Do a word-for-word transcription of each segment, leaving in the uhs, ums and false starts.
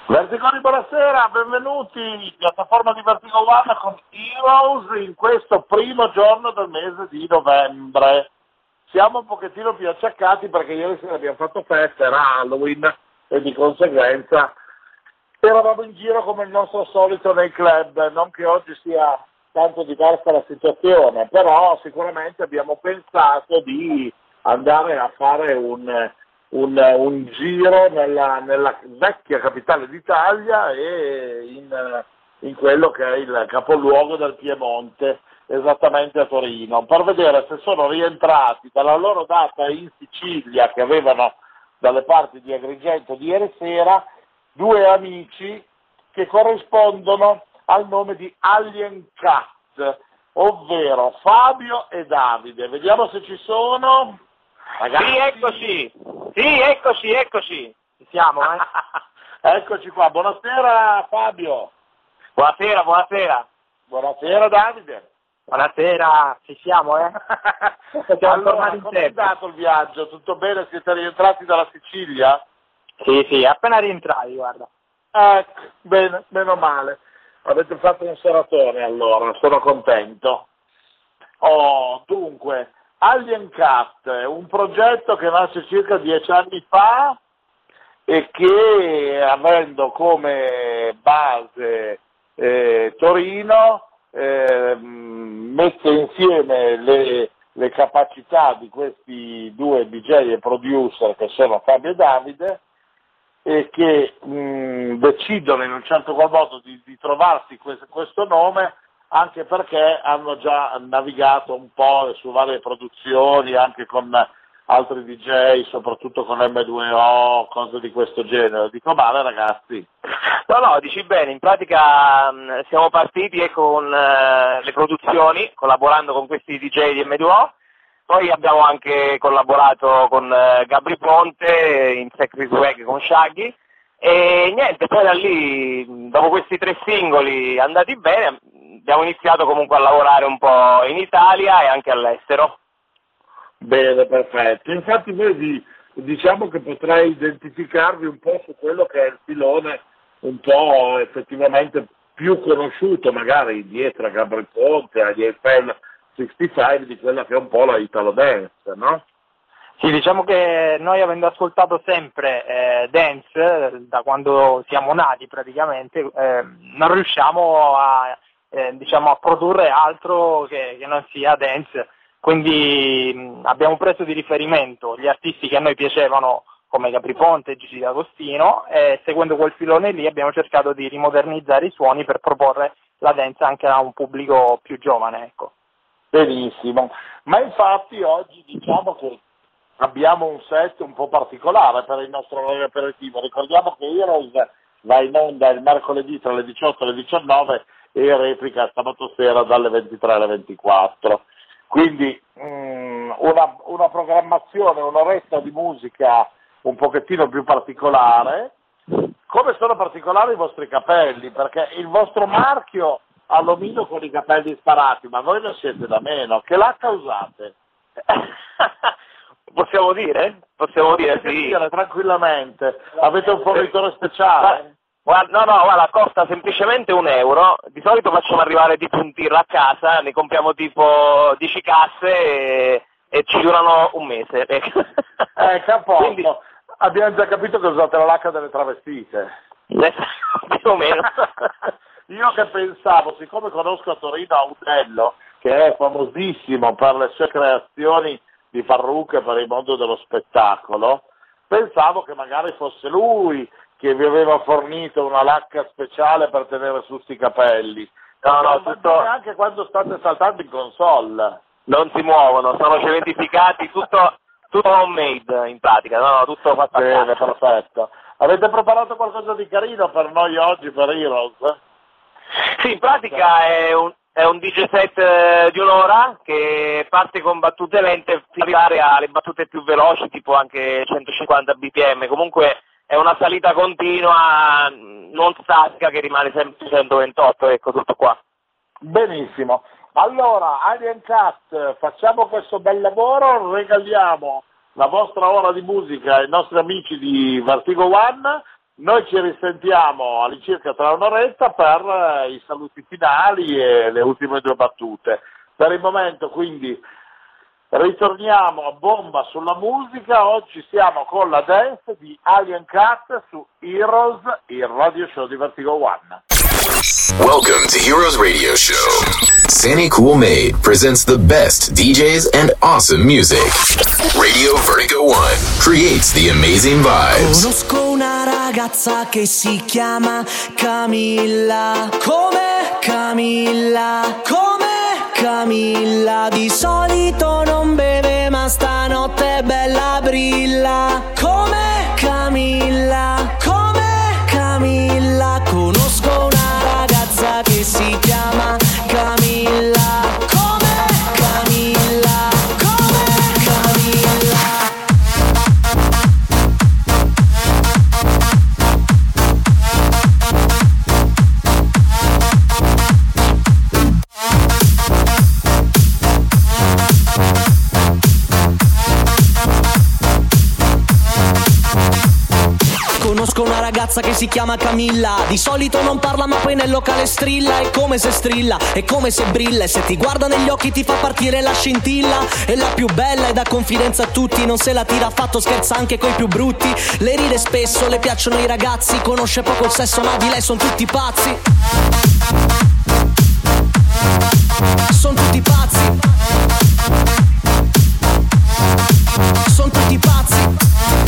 Verticoni, buonasera, benvenuti, piattaforma di Vertigo One con Heroes in questo primo giorno del mese di novembre. Siamo un pochettino più acciaccati perché ieri sera abbiamo fatto festa, era Halloween e di conseguenza eravamo in giro come il nostro solito nei club, non che oggi sia tanto diversa la situazione, però sicuramente abbiamo pensato di andare a fare un... Un, un giro nella, nella vecchia capitale d'Italia e in, in quello che è il capoluogo del Piemonte, esattamente a Torino, per vedere se sono rientrati dalla loro data in Sicilia che avevano dalle parti di Agrigento di ieri sera due amici che corrispondono al nome di Alien Cat, ovvero Fabio e Davide. Vediamo se ci sono. Ragazzi. Sì, eccoci, sì, eccoci, eccoci, ci siamo, eh? Eccoci qua, buonasera Fabio. Buonasera, buonasera. Buonasera Davide. Buonasera, ci siamo, eh? Siamo allora, tornati in come è tempo. andato il viaggio? Tutto bene? Siete rientrati dalla Sicilia? Sì, sì, appena rientrati, guarda. Ecco, bene, meno male. Avete fatto un seratone allora, sono contento. Oh, dunque... Alien Cat è un progetto che nasce circa dieci anni fa e che, avendo come base eh, Torino, eh, mette insieme le, le capacità di questi due D J e producer che sono Fabio e Davide e che mh, decidono in un certo qual modo di, di trovarsi questo, questo nome, anche perché hanno già navigato un po' su varie produzioni, anche con altri D J, soprattutto con M due O, cose di questo genere. Dico male, ragazzi? No, no, dici bene, in pratica mh, siamo partiti eh, con uh, le produzioni, collaborando con questi D J di M due O, poi abbiamo anche collaborato con uh, Gabri Ponte, in Secret Swag con Shaggy, e niente, poi da lì, dopo questi tre singoli andati bene, abbiamo iniziato comunque a lavorare un po' in Italia e anche all'estero. Bene, perfetto. Infatti vedi, diciamo che potrei identificarvi un po' su quello che è il filone un po' effettivamente più conosciuto, magari dietro a Gabri Ponte, agli Eiffel sessantacinque, di quella che è un po' la Italo Dance, no? Sì, diciamo che noi, avendo ascoltato sempre eh, dance eh, da quando siamo nati praticamente, eh, non riusciamo a, eh, diciamo, a produrre altro che, che non sia dance, quindi mh, abbiamo preso di riferimento gli artisti che a noi piacevano come Gabri Ponte e Gigi D'Agostino, e seguendo quel filone lì abbiamo cercato di rimodernizzare i suoni per proporre la dance anche a un pubblico più giovane, ecco. Benissimo, ma infatti oggi diciamo che abbiamo un set un po' particolare per il nostro orario aperitivo. Ricordiamo che Heroes va in onda il mercoledì tra le diciotto e le diciannove e replica sabato sera dalle ventitré alle ventiquattro. Quindi mh, una, una programmazione, un'oretta di musica un pochettino più particolare. Come sono particolari i vostri capelli? Perché il vostro marchio ha l'omino con i capelli sparati, ma voi ne siete da meno. Che lacca usate? Possiamo dire? Possiamo dire, sì. Dire, tranquillamente. Avete un fornitore speciale? Guarda, no, no, guarda, costa semplicemente un euro. Di solito facciamo arrivare tipo un tir a casa, ne compriamo tipo dieci casse e, e ci durano un mese. Eh, capo. Quindi abbiamo già capito che usate la lacca delle travestite. Più o meno. Io che pensavo, siccome conosco a Torino Audello, che è famosissimo per le sue creazioni di parrucche per il mondo dello spettacolo, pensavo che magari fosse lui che vi aveva fornito una lacca speciale per tenere su sti capelli. No, no, tutto... anche quando state saltando in console. Non si muovono, sono cementificati, tutto, tutto homemade in pratica, no, no, tutto fatto bene, a casa. Perfetto. Avete preparato qualcosa di carino per noi oggi, per Heroes? Sì, in pratica è un, è un D J set eh, di un'ora che parte con battute lente fino ad arrivare alle battute più veloci, tipo anche centocinquanta bpm. Comunque è una salita continua, non statica, che rimane sempre centoventotto, ecco, tutto qua. Benissimo. Allora, Alien Cat, facciamo questo bel lavoro, regaliamo la vostra ora di musica ai nostri amici di Vertigo One Noi ci risentiamo all'incirca tra un'oretta per eh, i saluti finali e le ultime due battute. Per il momento quindi ritorniamo a bomba sulla musica. Oggi siamo con la dance di Alien Cat su Heroes, il radio show di Vertigo One. Welcome to Heroes Radio Show. Sandy Cool Made presents the best D Js and awesome music. Radio Vertigo One creates the amazing vibes. Conosco una ragazza che si chiama Camilla. Come Camilla? Come Camilla? Di solito non beve ma stanotte è bella brilla. Come Camilla? Come Camilla? Conosco una ragazza che si chiama Camilla. Come Camilla? Come Camilla? Conosco una ragazza che si chiama Camilla. Di solito non parla ma poi nel locale strilla. È come se strilla, è come se brilla. E se ti guarda negli occhi ti fa partire la scintilla. È la più bella e dà confidenza a tutti. Non se la tira affatto, scherza anche coi più brutti. Le ride spesso, le piacciono i ragazzi. Conosce poco il sesso ma di lei sono tutti pazzi. Sono tutti pazzi. Sono tutti pazzi.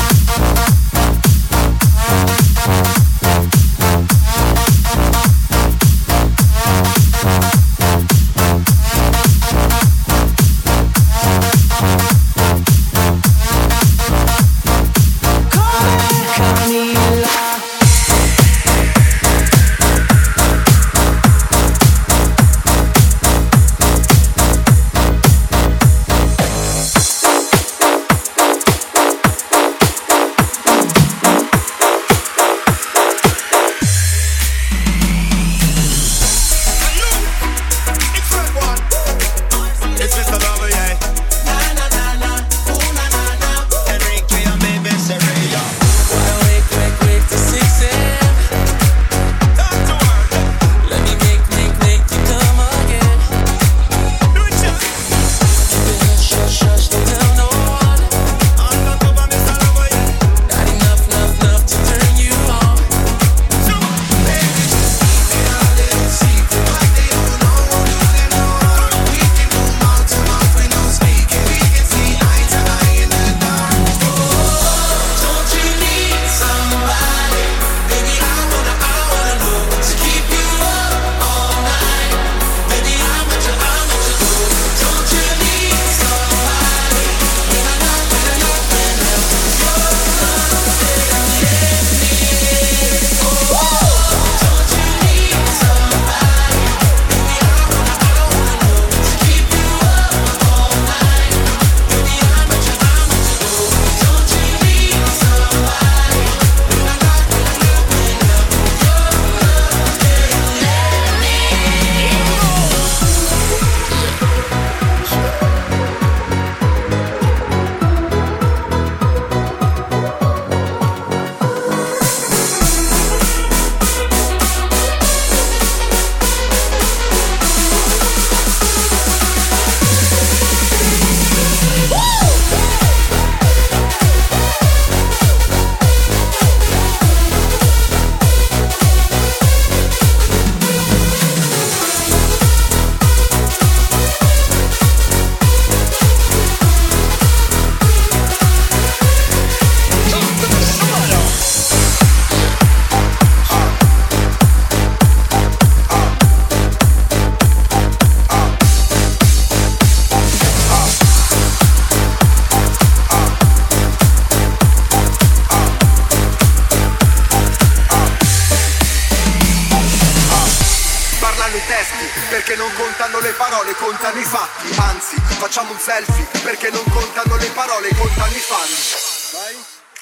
perché non contano le parole, contano i fatti. Anzi, facciamo un selfie, perché non contano le parole, contano i fan. Vai.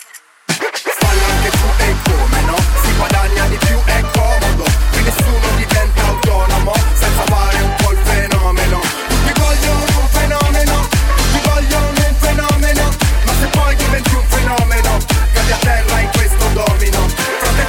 Fallo anche tu e come no, si guadagna di più, è comodo. Qui nessuno diventa autonomo, senza fare un po' il fenomeno. Ti vogliono un fenomeno, ti vogliono un fenomeno. Ma se poi diventi un fenomeno, cadi a terra in questo domino. Frate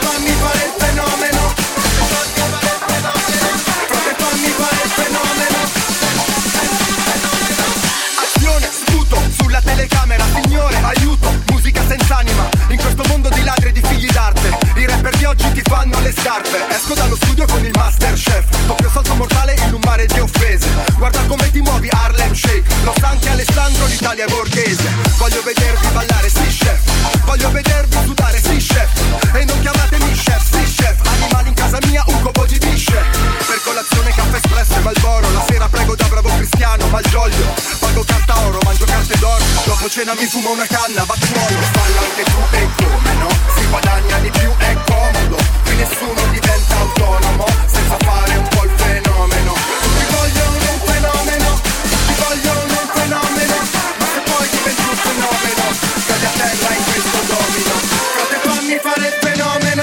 cena mi fumo una canna, vacciuolo. Falla anche tu e come no, si guadagna di più, è comodo. Qui nessuno diventa autonomo senza fare un po' il fenomeno. Tutti vogliono un fenomeno, tutti vogliono un fenomeno, ma se poi diventi un fenomeno cade a terra in questo domino. Frate, fammi fare il fenomeno.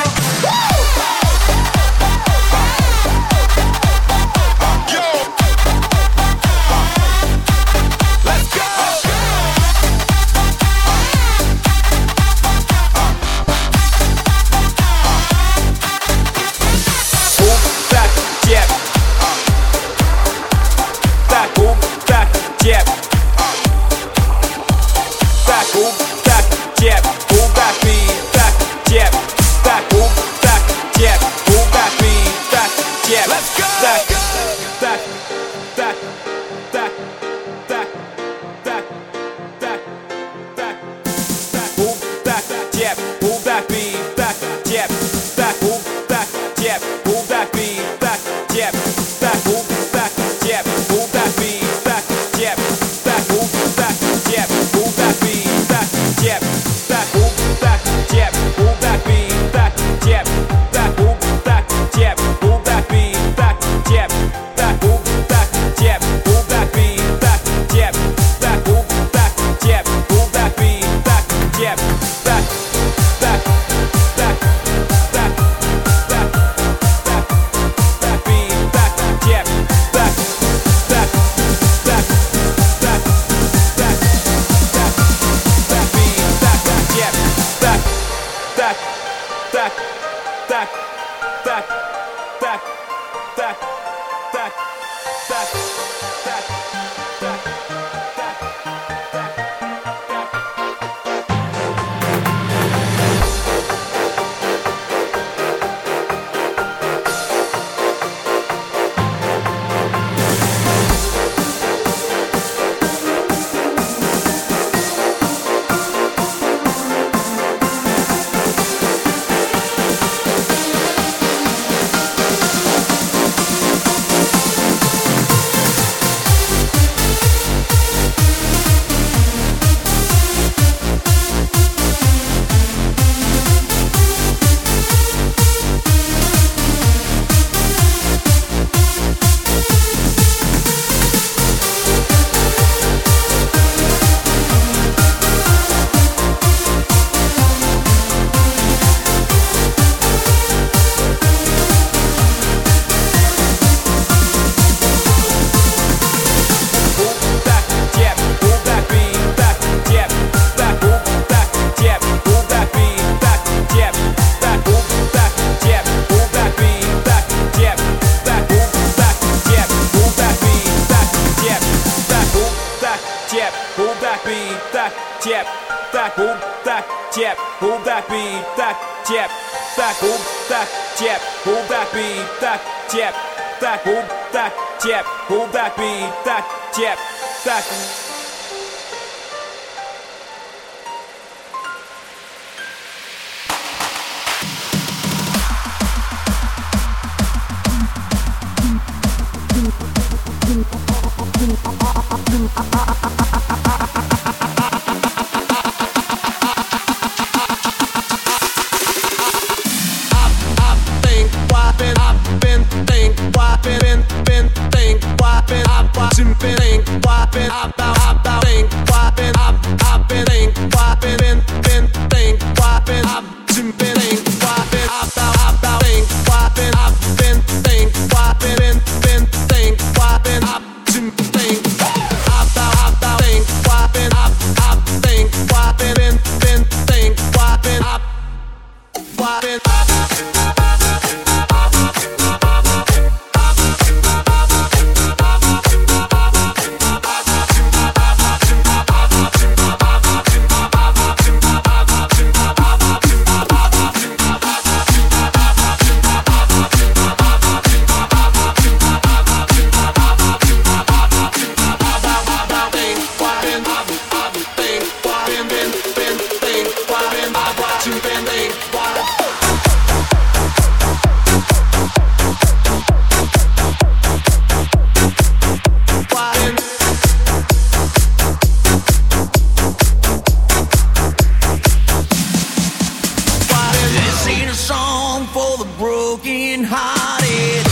the broken hearted.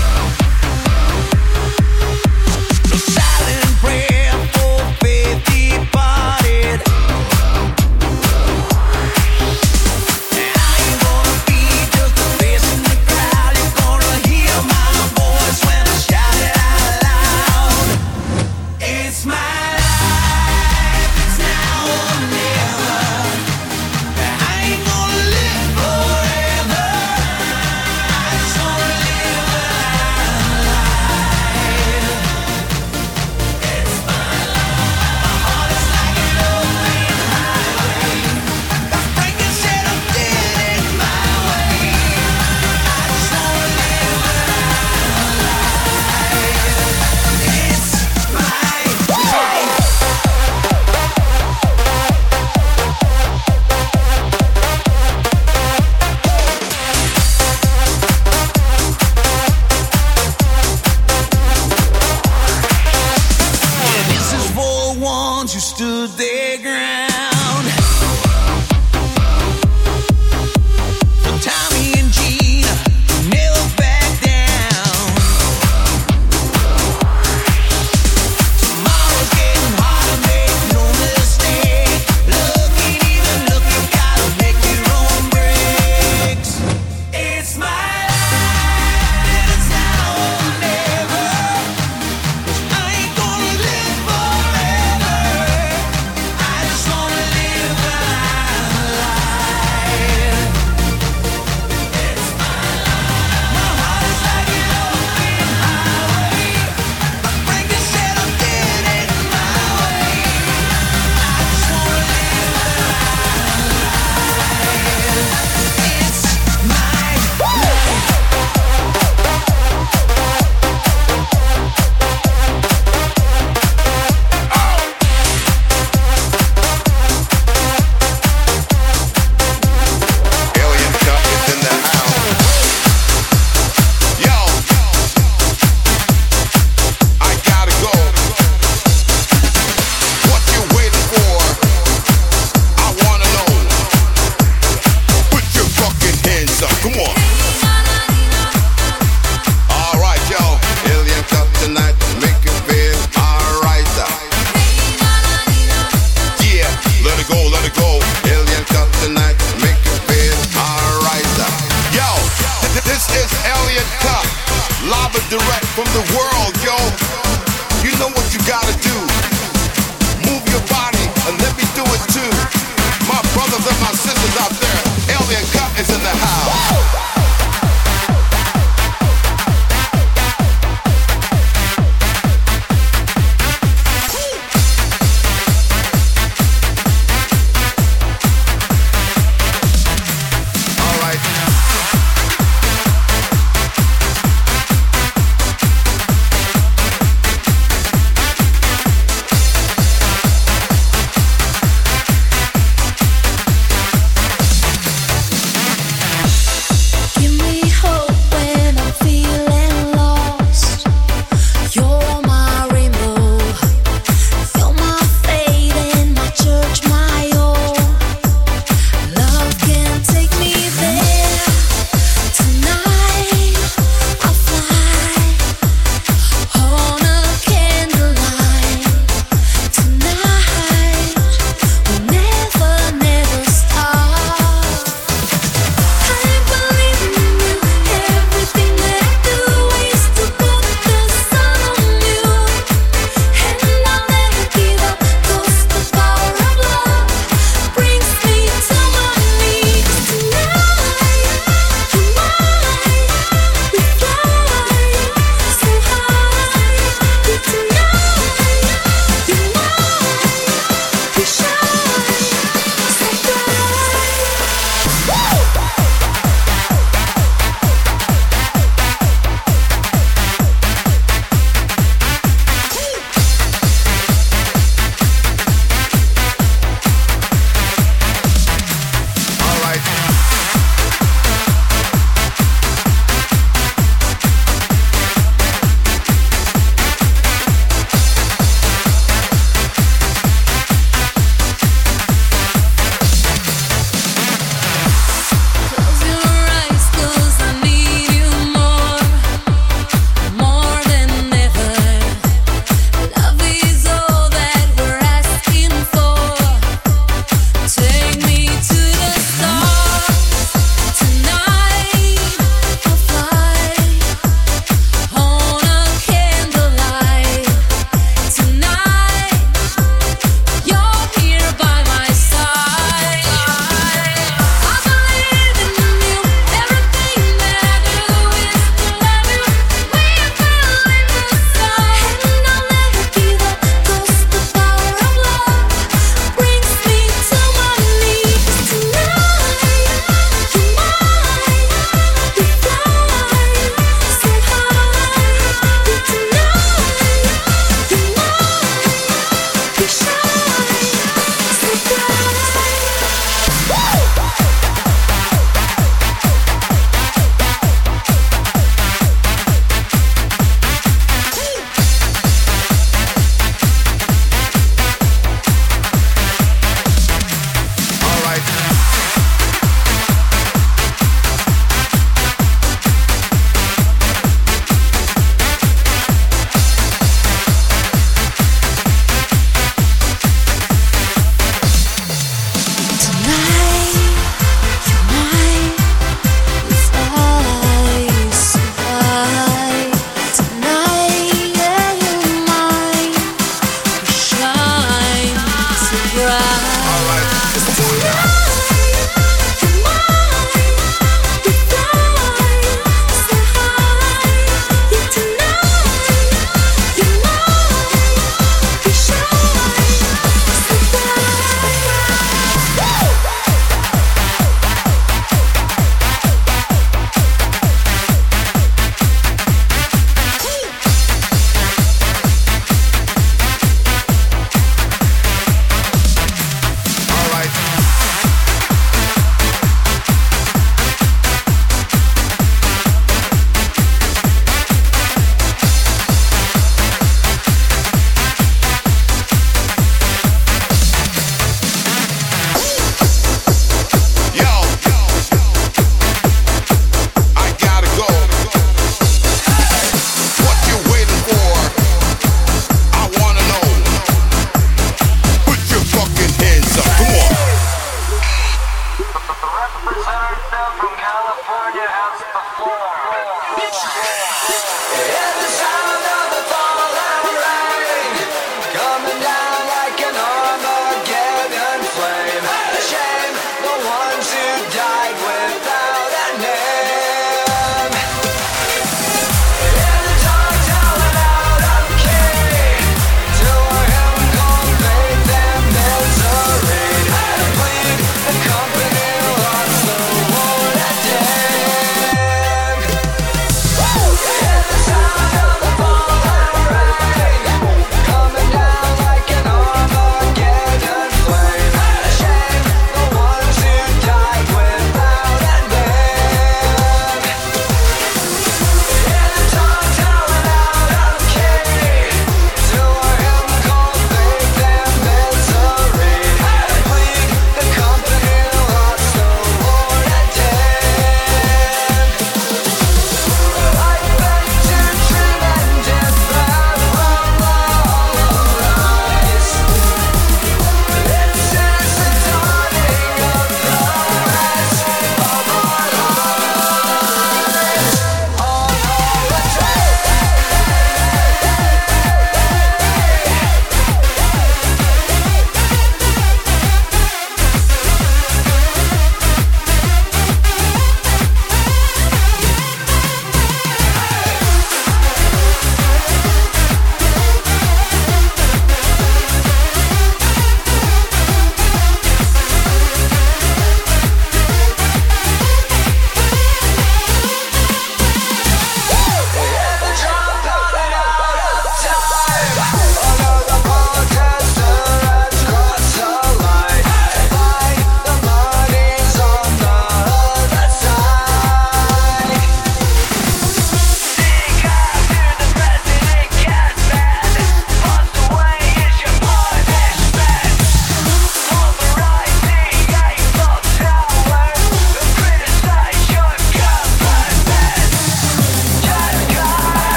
No silent prayer for faith departed.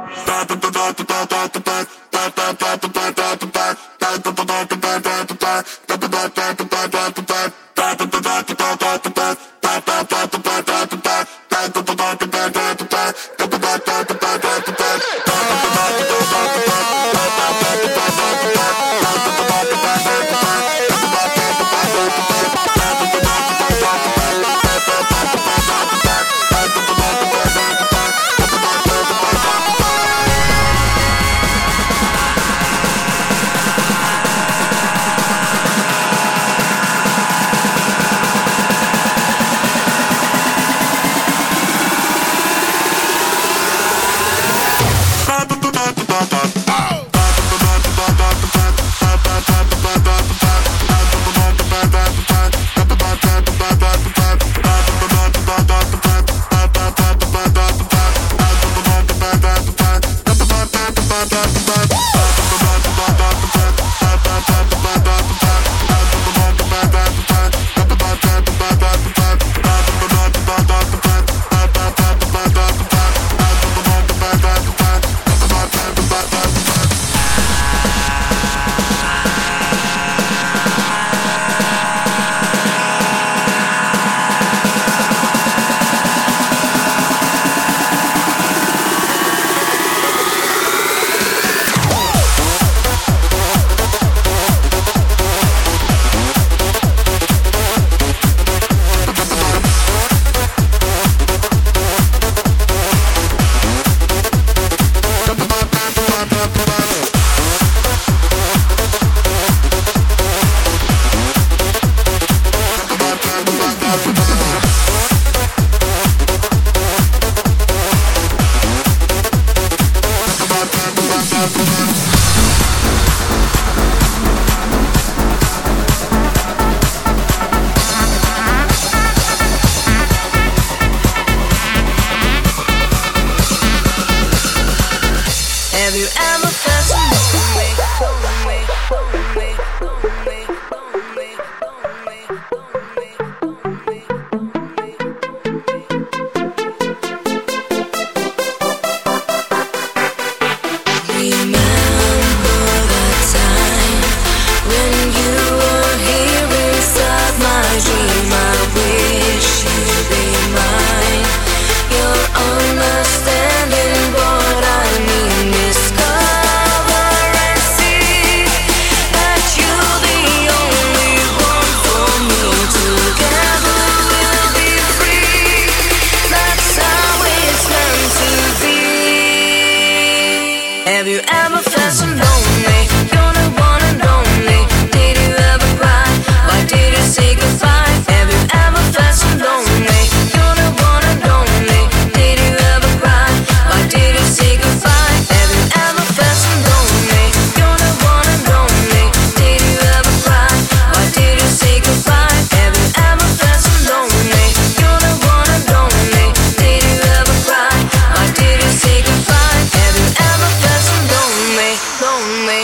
lonely.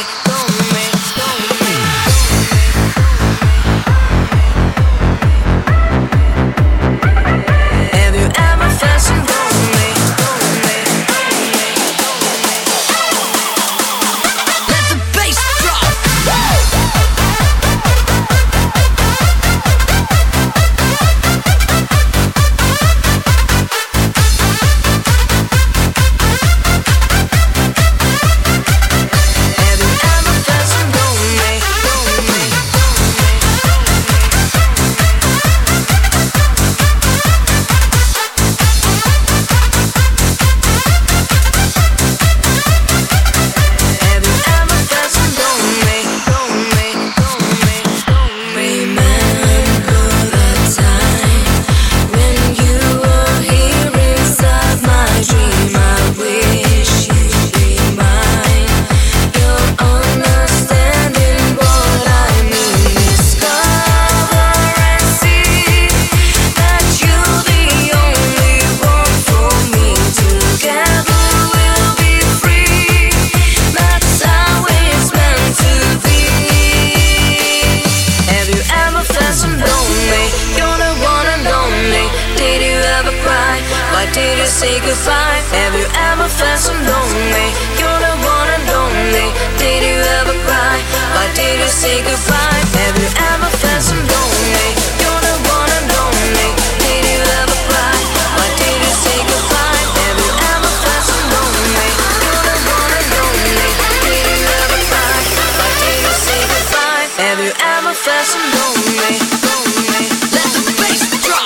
say goodbye? Have you ever felt so lonely? You're the one and only. Did you ever cry? Why did you say goodbye? Have you ever felt so lonely? You're the one and only. Did you ever cry? Why did you say goodbye? Have you ever felt so lonely? Lonely. Let the bass drop.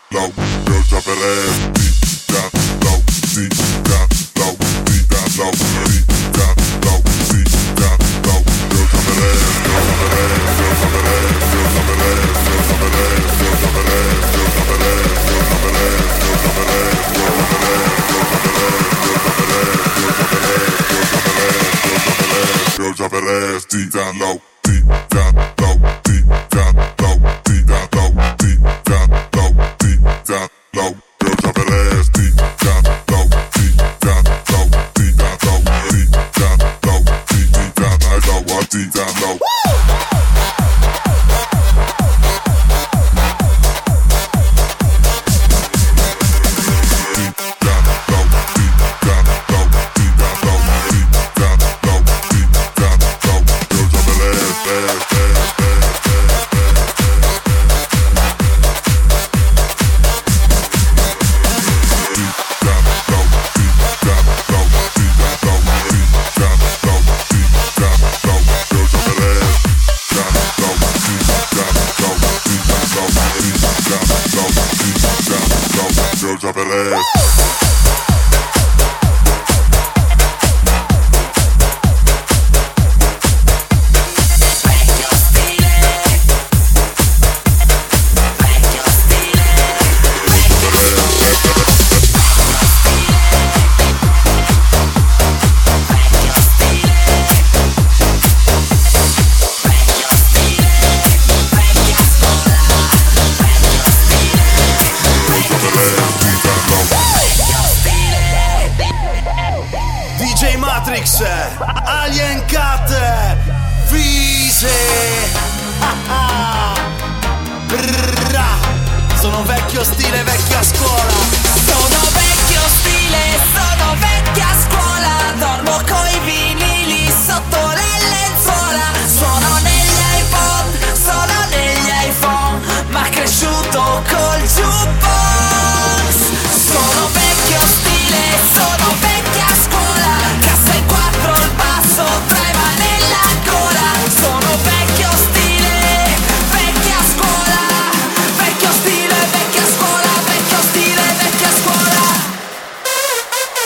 low, girls drop it ass, deep down low, deep down low, deep down low, deep down low, deep down low, girls drop it ass, girls drop it ass, girls drop it ass, girls drop it ass, girls drop it ass, girls drop it ass, girls drop it ass, girls drop it ass, girls drop it ass, girls drop it ass, girls drop it ass, girls drop it ass, girls drop it ass, girls drop it ass, girls drop it ass, girls drop it ass, deep down low, deep down low, deep down low, deep down low, deep down low, deep down low, girls drop it ass, deep down low, deep down low, deep down low, deep down low, deep deep down low, deep down low. Girls drop it ass. Alien Cat Vise ah ah. Sono vecchio stile, vecchia scuola. Sono vecchio stile, sono vecchia scuola. Dormo coi vinili sotto le lenzuola. Sono negli iPod, sono negli iPhone, ma cresciuto col jukebox. Sono vecchio stile, sono vecchia scuola. Cassa in quattro, il basso trema nella gola. Sono vecchio stile, vecchia scuola. Vecchio stile, vecchia scuola. Vecchio stile, vecchia scuola.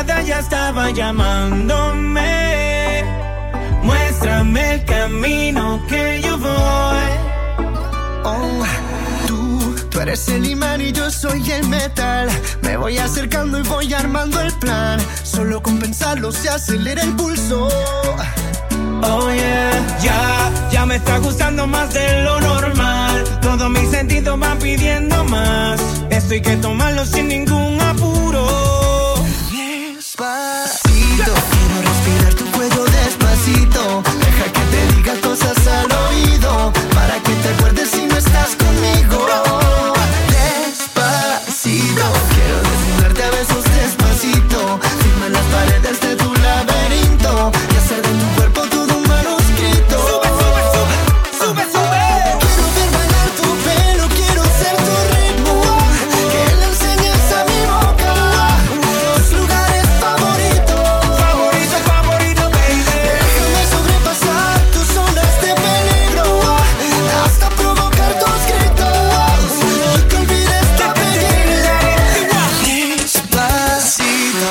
mirada ya estaba llamándome. Muéstrame el camino que yo voy. Oh, tú, tú eres el imán y yo soy el metal. Me voy acercando y voy armando el plan. Solo con pensarlo se acelera el pulso. Oh yeah, ya, ya me está gustando más de lo normal. Todos mis sentidos van pidiendo más. Esto hay que tomarlo sin ningún apuro. Despacito, quiero respirar tu cuello despacito. Deja que te diga cosas al oído, para que te acuerdes si no estás conmigo. Despacito, quiero desnudarte a besos despacito. Firma las paredes de tu laberinto y hacer de tu cuerpo todo un manuscrito. Sube, sube, sube, sube, sube. Quiero ver bailar tu pelo, quiero ser tu ritmo. Que le enseñes a mi boca tus lugares favoritos. Favorito, favorito, baby. Déjame sobrepasar tus zonas de peligro, hasta provocar tus gritos y que olvides de pedir. Despacito.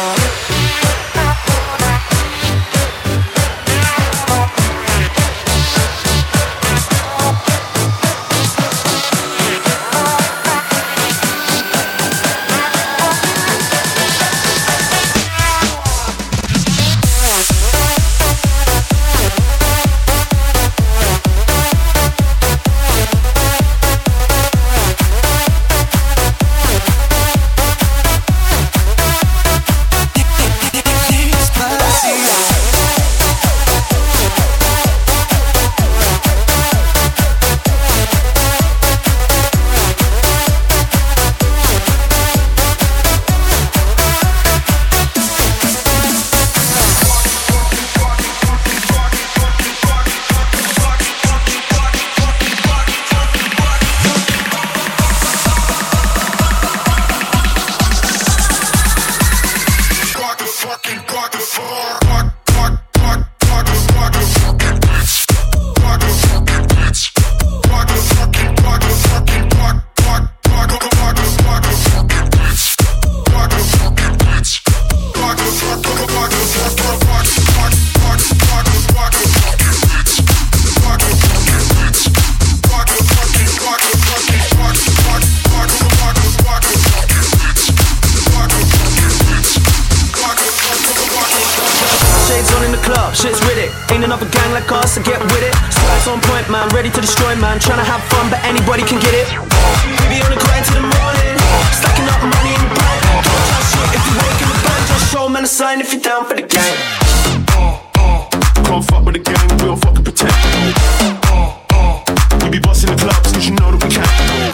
Shit's with it, ain't another gang like us, so get with it. Squads on point, man, ready to destroy, man. Tryna have fun, but anybody can get it. We be on the grind till the morning, stacking up money in the bank. Don't try shit if you wake in the bank. Just show man a sign if you're down for the gang. Can't fuck with the gang, we don't fucking pretend. We be busting the clubs, cause you know that we can.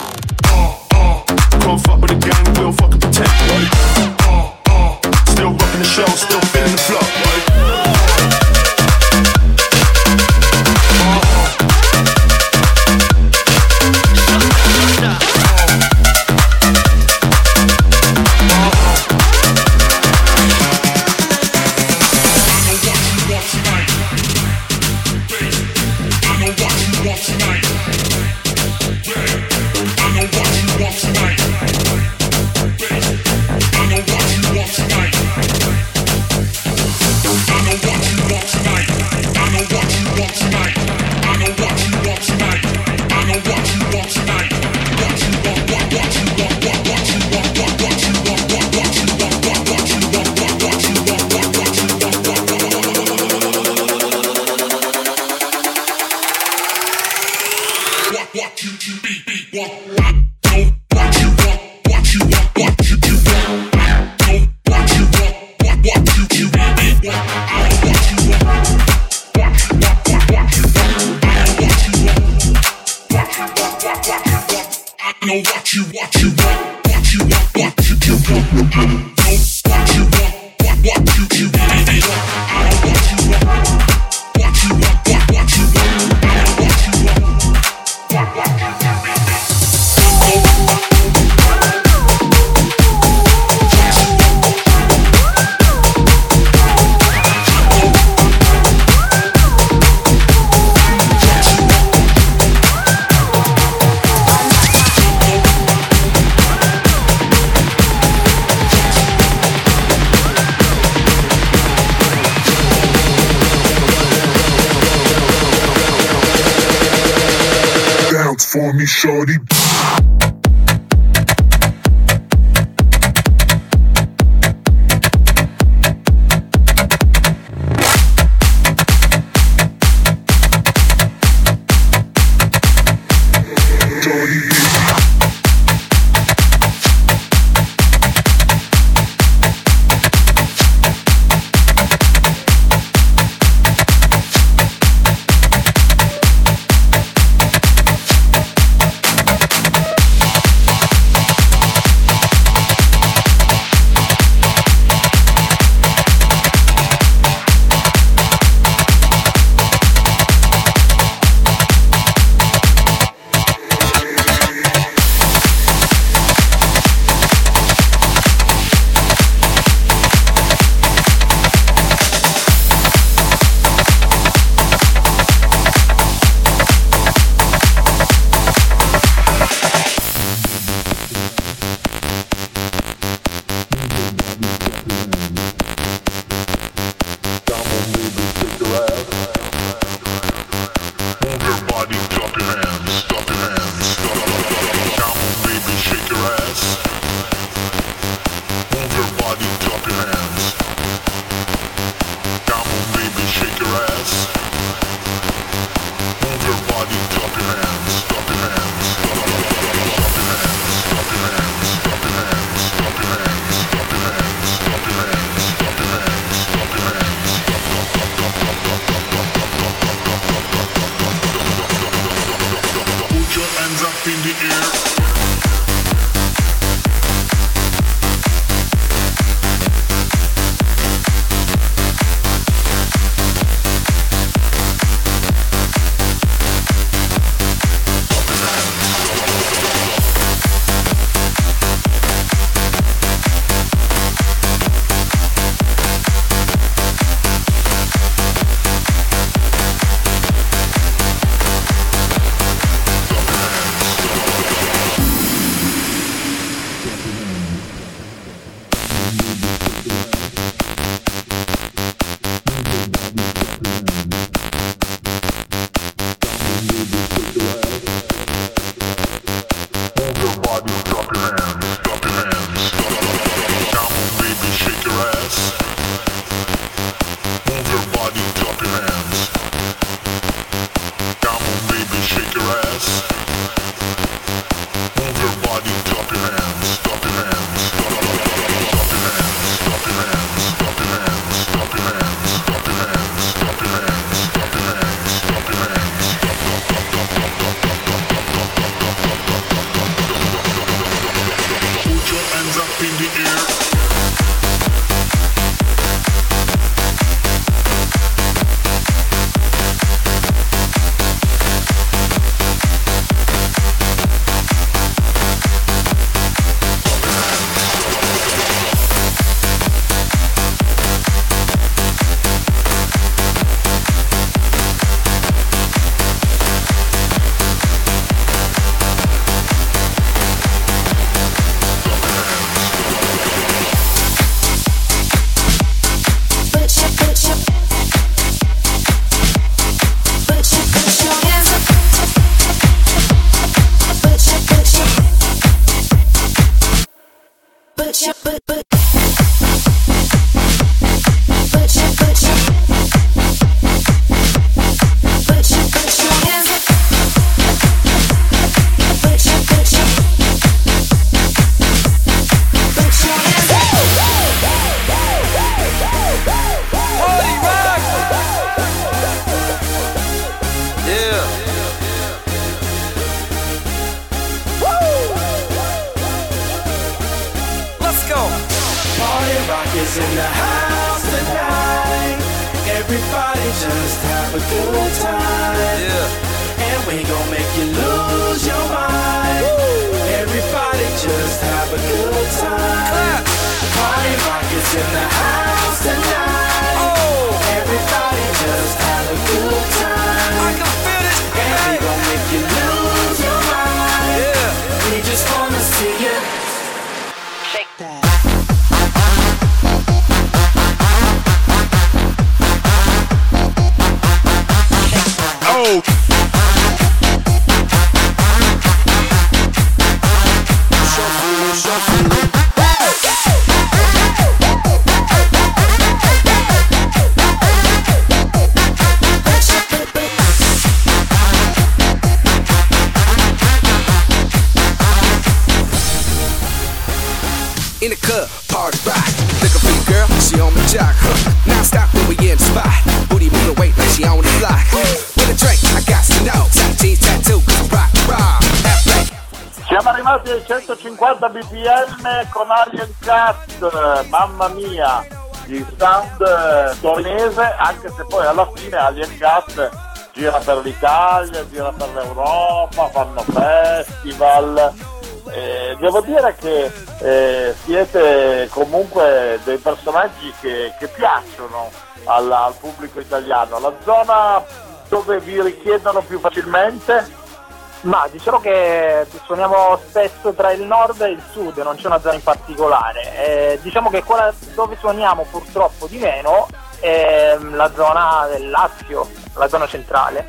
Can't fuck with the gang, we don't fucking pretend. Still rocking the show, still feeling the flow. for me, shorty. in the club, party rock. Looking for your girl, she on my jock. Now stop when we in the spot. Booty moving weight like she on the block. With a drink, I got to know. Top jeans, tattoo, rock, rock. Siamo arrivati ai centocinquanta B P M con Alien Cat, mamma mia, il sound torinese, anche se poi alla fine Alien Cat gira per l'Italia, gira per l'Europa, fanno festival. Eh, devo dire che eh, siete comunque dei personaggi che, che piacciono al, al pubblico italiano. La zona dove vi richiedono più facilmente? Ma diciamo che suoniamo spesso tra il nord e il sud, non c'è una zona in particolare. Eh, diciamo che quella dove suoniamo purtroppo di meno è la zona del Lazio, la zona centrale.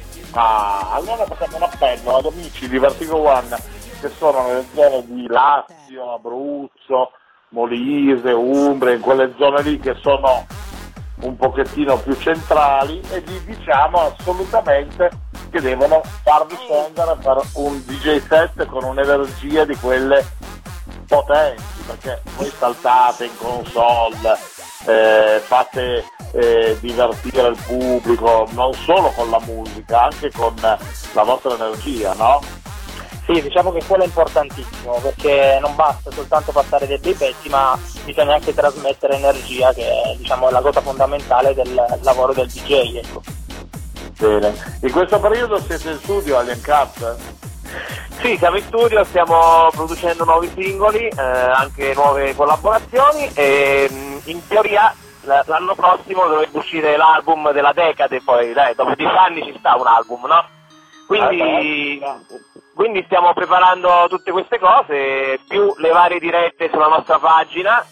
Ah, allora facciamo un appello ad amici di Vertigo One che sono nelle zone di Lazio, Abruzzo, Molise, Umbria, in quelle zone lì che sono un pochettino più centrali, e gli diciamo assolutamente che devono farvi scendere per un D J set con un'energia di quelle potenti, perché voi saltate in console, eh, fate eh, divertire il pubblico non solo con la musica, anche con la vostra energia, no? Sì, diciamo che quello è importantissimo, perché non basta soltanto passare dei bei pezzi, ma bisogna anche trasmettere energia, che diciamo è la cosa fondamentale del lavoro del D J, ecco. Bene, in questo periodo siete in studio Alien Cat? Sì, siamo in studio, stiamo producendo nuovi singoli, eh, anche nuove collaborazioni, e in teoria l'anno prossimo dovrebbe uscire l'album della decade, poi dai, dopo dieci anni ci sta un album, no? Quindi, quindi stiamo preparando tutte queste cose, più le varie dirette sulla nostra pagina,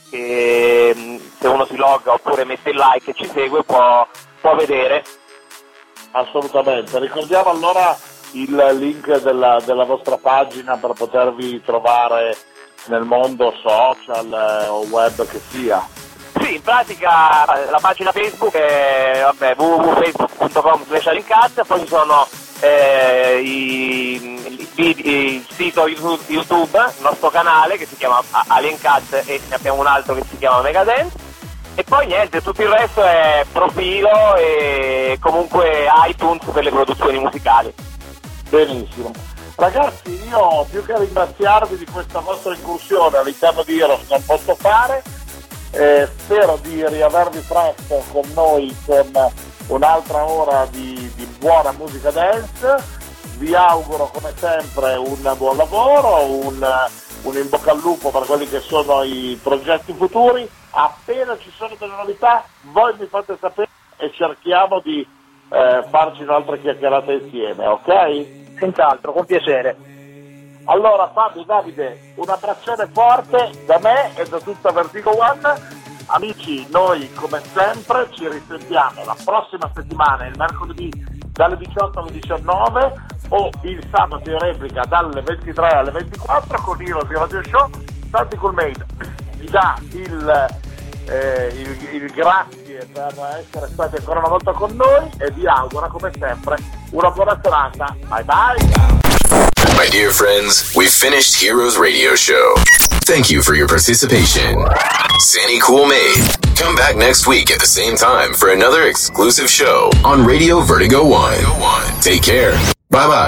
che se uno si logga oppure mette il like e ci segue può, può vedere. Assolutamente, ricordiamo allora il link della, della vostra pagina per potervi trovare nel mondo social eh, o web che sia. Sì, in pratica la pagina Facebook è vabbè, w w w punto facebook punto com slash aliencat, poi ci sono eh, i, i, i, il sito YouTube, il nostro canale che si chiama Aliencat, e ne abbiamo un altro che si chiama Megadance. E poi niente, tutto il resto è profilo e comunque iTunes per le produzioni musicali. Benissimo. Ragazzi, io più che ringraziarvi di questa vostra incursione all'interno di Heroes non posso fare, eh, spero di riavervi presto con noi con un'altra ora di, di buona musica dance. Vi auguro come sempre un buon lavoro, un, un in bocca al lupo per quelli che sono i progetti futuri. Appena ci sono delle novità voi mi fate sapere e cerchiamo di eh, farci un'altra chiacchierata insieme, ok? Senz'altro, con piacere. Allora Fabio, Davide, un abbraccione forte da me e da tutta Vertigo One. Amici, noi come sempre ci risentiamo la prossima settimana, il mercoledì dalle diciotto alle diciannove o il sabato in replica dalle ventitré alle ventiquattro con Heroes Radio Show. Santi Cool Made vi dà il, eh, il, il grazie per essere stati ancora una volta con noi e vi augura come sempre una buona serata. Bye bye. My dear friends, we've finished Heroes Radio Show. Thank you for your participation. Sandy Cool Made. Come back next week at the same time for another exclusive show on Radio Vertigo One. Take care. Bye bye.